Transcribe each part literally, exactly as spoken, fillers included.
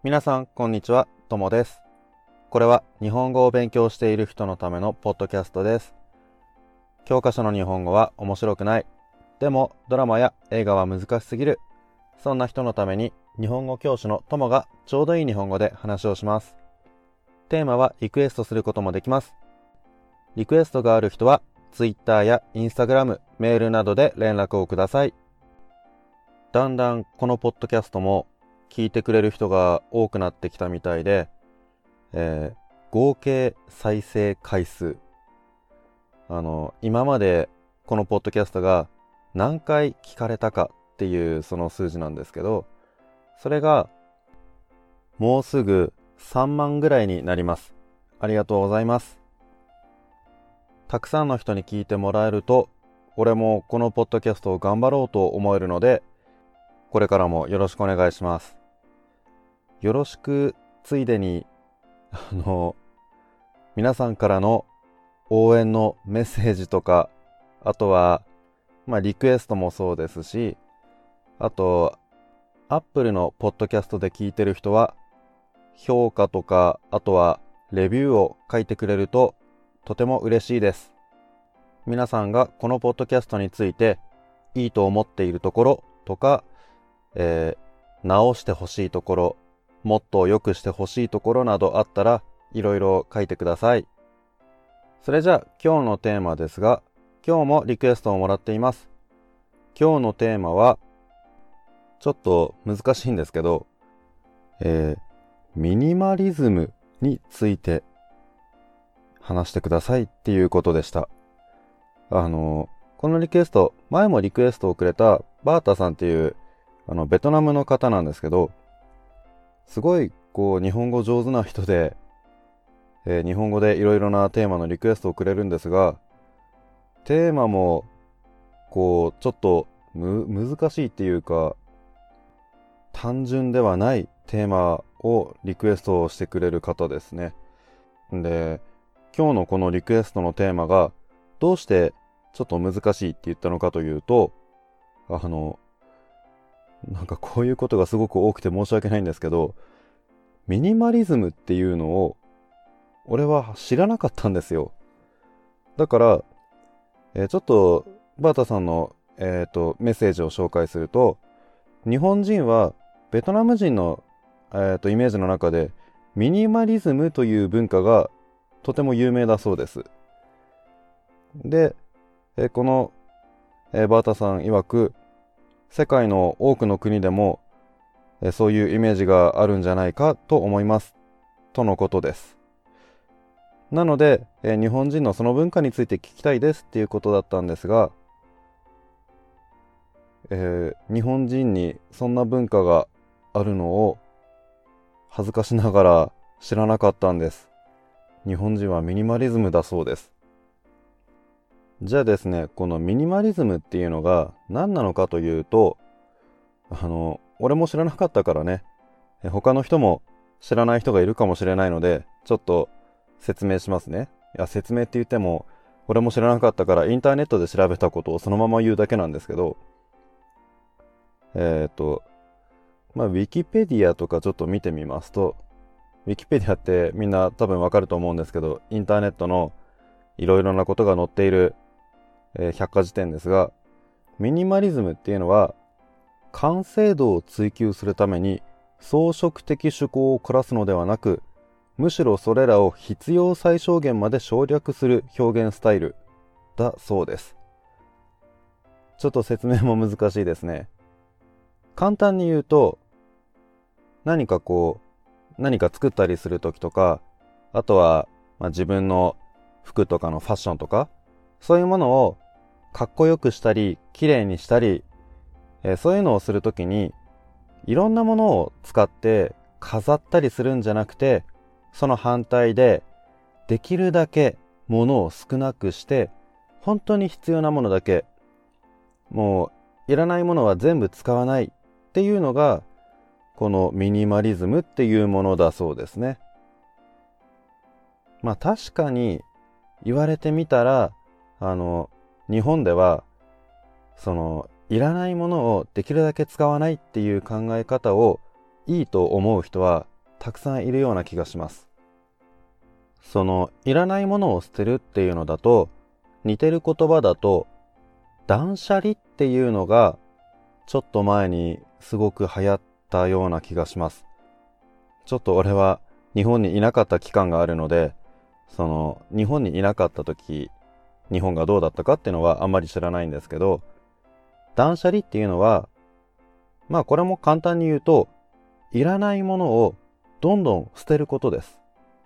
皆さんこんにちは、ともです。これは日本語を勉強している人のためのポッドキャストです。教科書の日本語は面白くない、でもドラマや映画は難しすぎる、そんな人のために日本語教師のともがちょうどいい日本語で話をします。テーマはリクエストすることもできます。リクエストがある人は Twitter や Instagram、メールなどで連絡をください。だんだんこのポッドキャストも聞いてくれる人が多くなってきたみたいで、えー、合計再生回数、あの今までこのポッドキャストが何回聞かれたかっていうその数字なんですけど、それがもうすぐさんまんぐらいになります。ありがとうございます。たくさんの人に聞いてもらえると、俺もこのポッドキャストを頑張ろうと思えるので、これからもよろしくお願いします。よろしくついでに、あの、皆さんからの応援のメッセージとか、あとは、まあリクエストもそうですし、あと、Apple のポッドキャストで聞いてる人は、評価とか、あとはレビューを書いてくれるととても嬉しいです。皆さんがこのポッドキャストについていいと思っているところとか、えー、直してほしいところ、もっと良くしてほしいところなどあったらいろいろ書いてください。それじゃあ今日のテーマですが、今日もリクエストをもらっています。今日のテーマはちょっと難しいんですけど、えー、ミニマリズムについて話してくださいっていうことでした。あのこのリクエスト、前もリクエストをくれたバータさんっていうあのベトナムの方なんですけど、すごいこう日本語上手な人で、えー、日本語でいろいろなテーマのリクエストをくれるんですが、テーマもこうちょっとむ難しいっていうか、単純ではないテーマをリクエストをしてくれる方ですね。で、今日のこのリクエストのテーマがどうしてちょっと難しいって言ったのかというと、あのなんかこういうことがすごく多くて申し訳ないんですけど、ミニマリズムっていうのを俺は知らなかったんですよ。だから、えー、ちょっとバータさんの、えーと、メッセージを紹介すると、日本人はベトナム人の、えーと、イメージの中でミニマリズムという文化がとても有名だそうです。で、えー、この、えー、バータさん曰く、世界の多くの国でも、えー、そういうイメージがあるんじゃないかと思いますとのことです。なので、えー、日本人のその文化について聞きたいですっていうことだったんですが、えー、日本人にそんな文化があるのを恥ずかしながら知らなかったんです。日本人はミニマリズムだそうです。じゃあですね、このミニマリズムっていうのが何なのかというと、あの俺も知らなかったからね、他の人も知らない人がいるかもしれないので、ちょっと説明しますね。いや、説明って言っても俺も知らなかったからインターネットで調べたことをそのまま言うだけなんですけど、えっとまあウィキペディアとかちょっと見てみますと、ウィキペディアってみんな多分わかると思うんですけど、インターネットのいろいろなことが載っている、えー、百科事典ですが、ミニマリズムっていうのは完成度を追求するために装飾的趣向を凝らすのではなく、むしろそれらを必要最小限まで省略する表現スタイルだそうです。ちょっと説明も難しいですね。簡単に言うと、何かこう何か作ったりするときとか、あとは、まあ、自分の服とかのファッションとか、そういうものをかっこよくしたり綺麗にしたり、えー、そういうのをするときにいろんなものを使って飾ったりするんじゃなくて、その反対でできるだけものを少なくして、本当に必要なものだけ、もういらないものは全部使わないっていうのがこのミニマリズムっていうものだそうですね。まあ確かに言われてみたら、あの日本ではそのいらないものをできるだけ使わないっていう考え方をいいと思う人はたくさんいるような気がします。そのいらないものを捨てるっていうのだと、似てる言葉だと断捨離っていうのがちょっと前にすごく流行ったような気がします。ちょっと俺は日本にいなかった期間があるので、その日本にいなかった時、日本がどうだったかっていうのはあんまり知らないんですけど、断捨離っていうのは、まあこれも簡単に言うと、いらないものをどんどん捨てることです。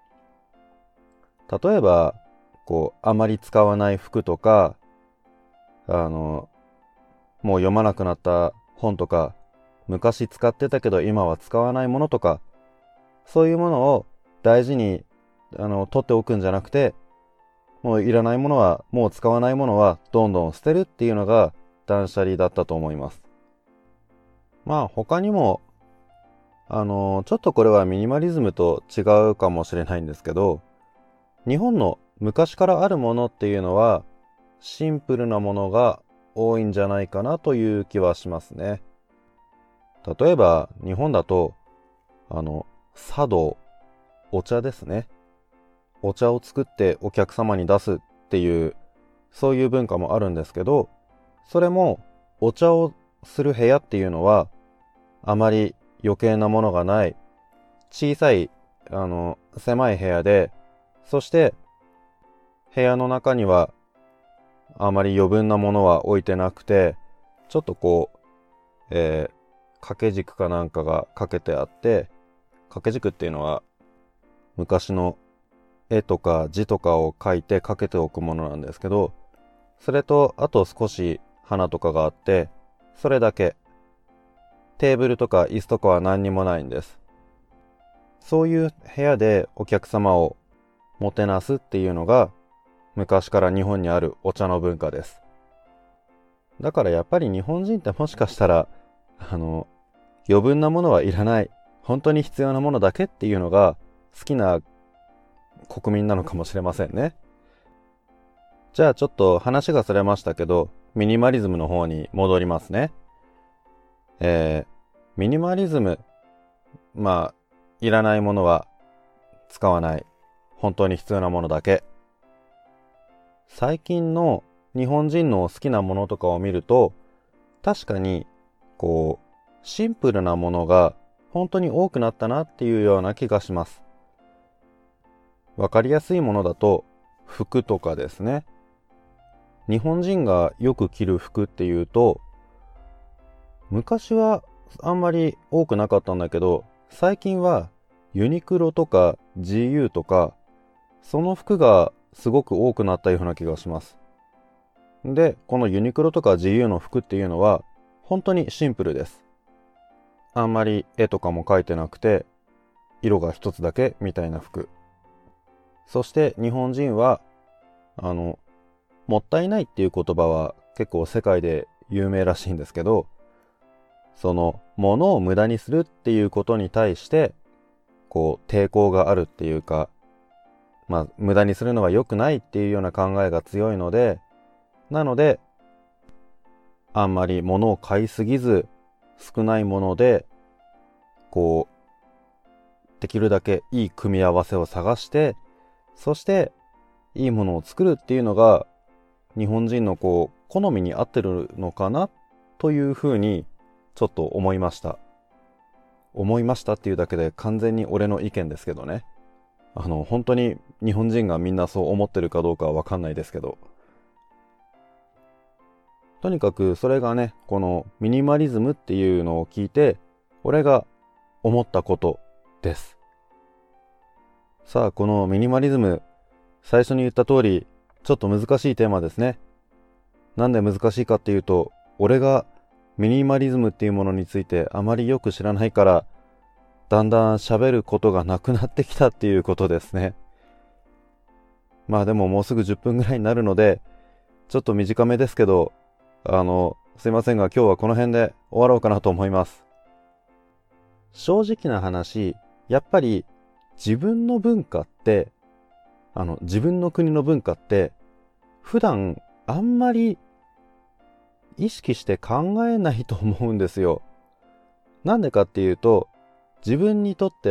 例えば、こう、あまり使わない服とか、あの、もう読まなくなった本とか、昔使ってたけど今は使わないものとか、そういうものを大事にあの取っておくんじゃなくて、もういらないものは、もう使わないものはどんどん捨てるっていうのが断捨離だったと思います。まあ他にも、あの、ちょっとこれはミニマリズムと違うかもしれないんですけど、日本の昔からあるものっていうのはシンプルなものが多いんじゃないかなという気はしますね。例えば日本だとあの茶道、お茶ですね。お茶を作ってお客様に出すっていうそういう文化もあるんですけど、それもお茶をする部屋っていうのはあまり余計なものがない小さいあの狭い部屋で、そして部屋の中にはあまり余分なものは置いてなくて、ちょっとこう、えー、掛け軸かなんかがかけてあって、掛け軸っていうのは昔の絵とか字とかを描いてかけておくものなんですけど、それとあと少し花とかがあって、それだけ。テーブルとか椅子とかは何にもないんです。そういう部屋でお客様をもてなすっていうのが昔から日本にあるお茶の文化です。だからやっぱり日本人ってもしかしたらあの余分なものはいらない、本当に必要なものだけっていうのが好きな国民なのかもしれませんね。じゃあちょっと話がそれましたけど、ミニマリズムの方に戻りますね。えー、ミニマリズム、まあいらないものは使わない、本当に必要なものだけ。最近の日本人の好きなものとかを見ると、確かにこうシンプルなものが本当に多くなったなっていうような気がします。わかりやすいものだと服とかですね。日本人がよく着る服っていうと、昔はあんまり多くなかったんだけど、最近はユニクロとか ジーユー とかその服がすごく多くなったような気がします。で、このユニクロとか ジーユー の服っていうのは本当にシンプルです。あんまり絵とかも描いてなくて、色が一つだけみたいな服。そして日本人はあのもったいないっていう言葉は結構世界で有名らしいんですけど、その物を無駄にするっていうことに対してこう抵抗があるっていうか、まあ無駄にするのは良くないっていうような考えが強いので、なのであんまり物を買いすぎず、少ないものでこうできるだけいい組み合わせを探して、そしていいものを作るっていうのが日本人のこう好みに合ってるのかなというふうにちょっと思いました。思いましたっていうだけで完全に俺の意見ですけどね。あの本当に日本人がみんなそう思ってるかどうかはわかんないですけど、とにかくそれがね、このミニマリズムっていうのを聞いて俺が思ったことです。さあ、このミニマリズム、最初に言った通りちょっと難しいテーマですね。なんで難しいかっていうと、俺がミニマリズムっていうものについてあまりよく知らないから、だんだん喋ることがなくなってきたっていうことですね。まあでももうすぐじゅっぷんぐらいになるので、ちょっと短めですけど、あのすいませんが今日はこの辺で終わろうかなと思います。正直な話、やっぱり自分の文化ってあの自分の国の文化って普段あんまり意識して考えないと思うんですよ。なんでかっていうと、自分にとっては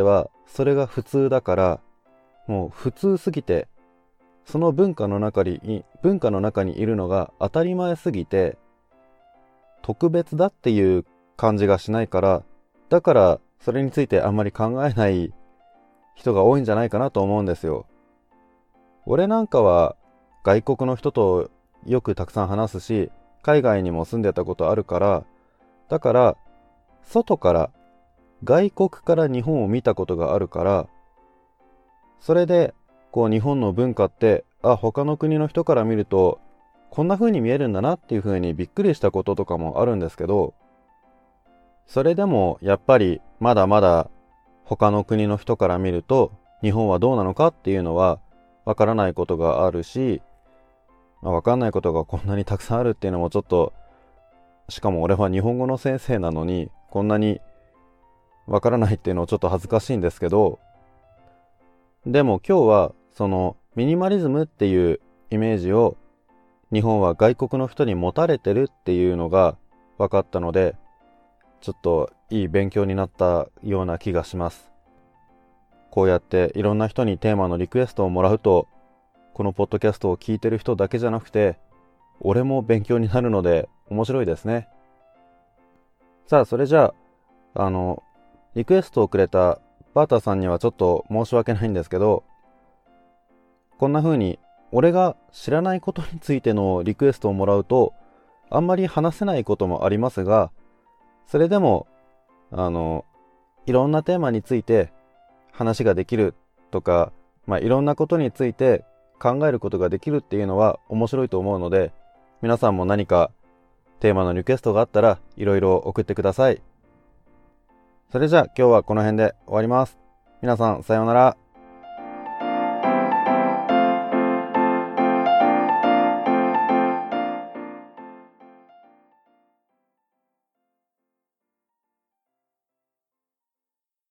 それが普通だから、もう普通すぎて、その文化の中に、文化の中にいるのが当たり前すぎて、特別だっていう感じがしないから、だからそれについてあんまり考えない人が多いんじゃないかなと思うんですよ。俺なんかは外国の人とよくたくさん話すし、海外にも住んでたことあるから、だから外から外国から日本を見たことがあるから、それでこう日本の文化って、あ、他の国の人から見るとこんな風に見えるんだなっていう風にびっくりしたこととかもあるんですけど、それでもやっぱりまだまだ他の国の人から見ると日本はどうなのかっていうのはわからないことがあるし、まあ、わかんないことがこんなにたくさんあるっていうのもちょっと、しかも俺は日本語の先生なのにこんなにわからないっていうのをちょっと恥ずかしいんですけど、でも今日はそのミニマリズムっていうイメージを日本は外国の人に持たれてるっていうのが分かったので、ちょっといい勉強になったような気がします。こうやっていろんな人にテーマのリクエストをもらうと、このポッドキャストを聞いてる人だけじゃなくて、俺も勉強になるので面白いですね。さあ、それじゃあ、あの、リクエストをくれたバーターさんにはちょっと申し訳ないんですけど、こんな風に俺が知らないことについてのリクエストをもらうと、あんまり話せないこともありますが、それでも、あの、いろんなテーマについて話ができるとか、まあ、いろんなことについて考えることができるっていうのは面白いと思うので、皆さんも何かテーマのリクエストがあったらいろいろ送ってください。それじゃあ今日はこの辺で終わります。皆さんさようなら。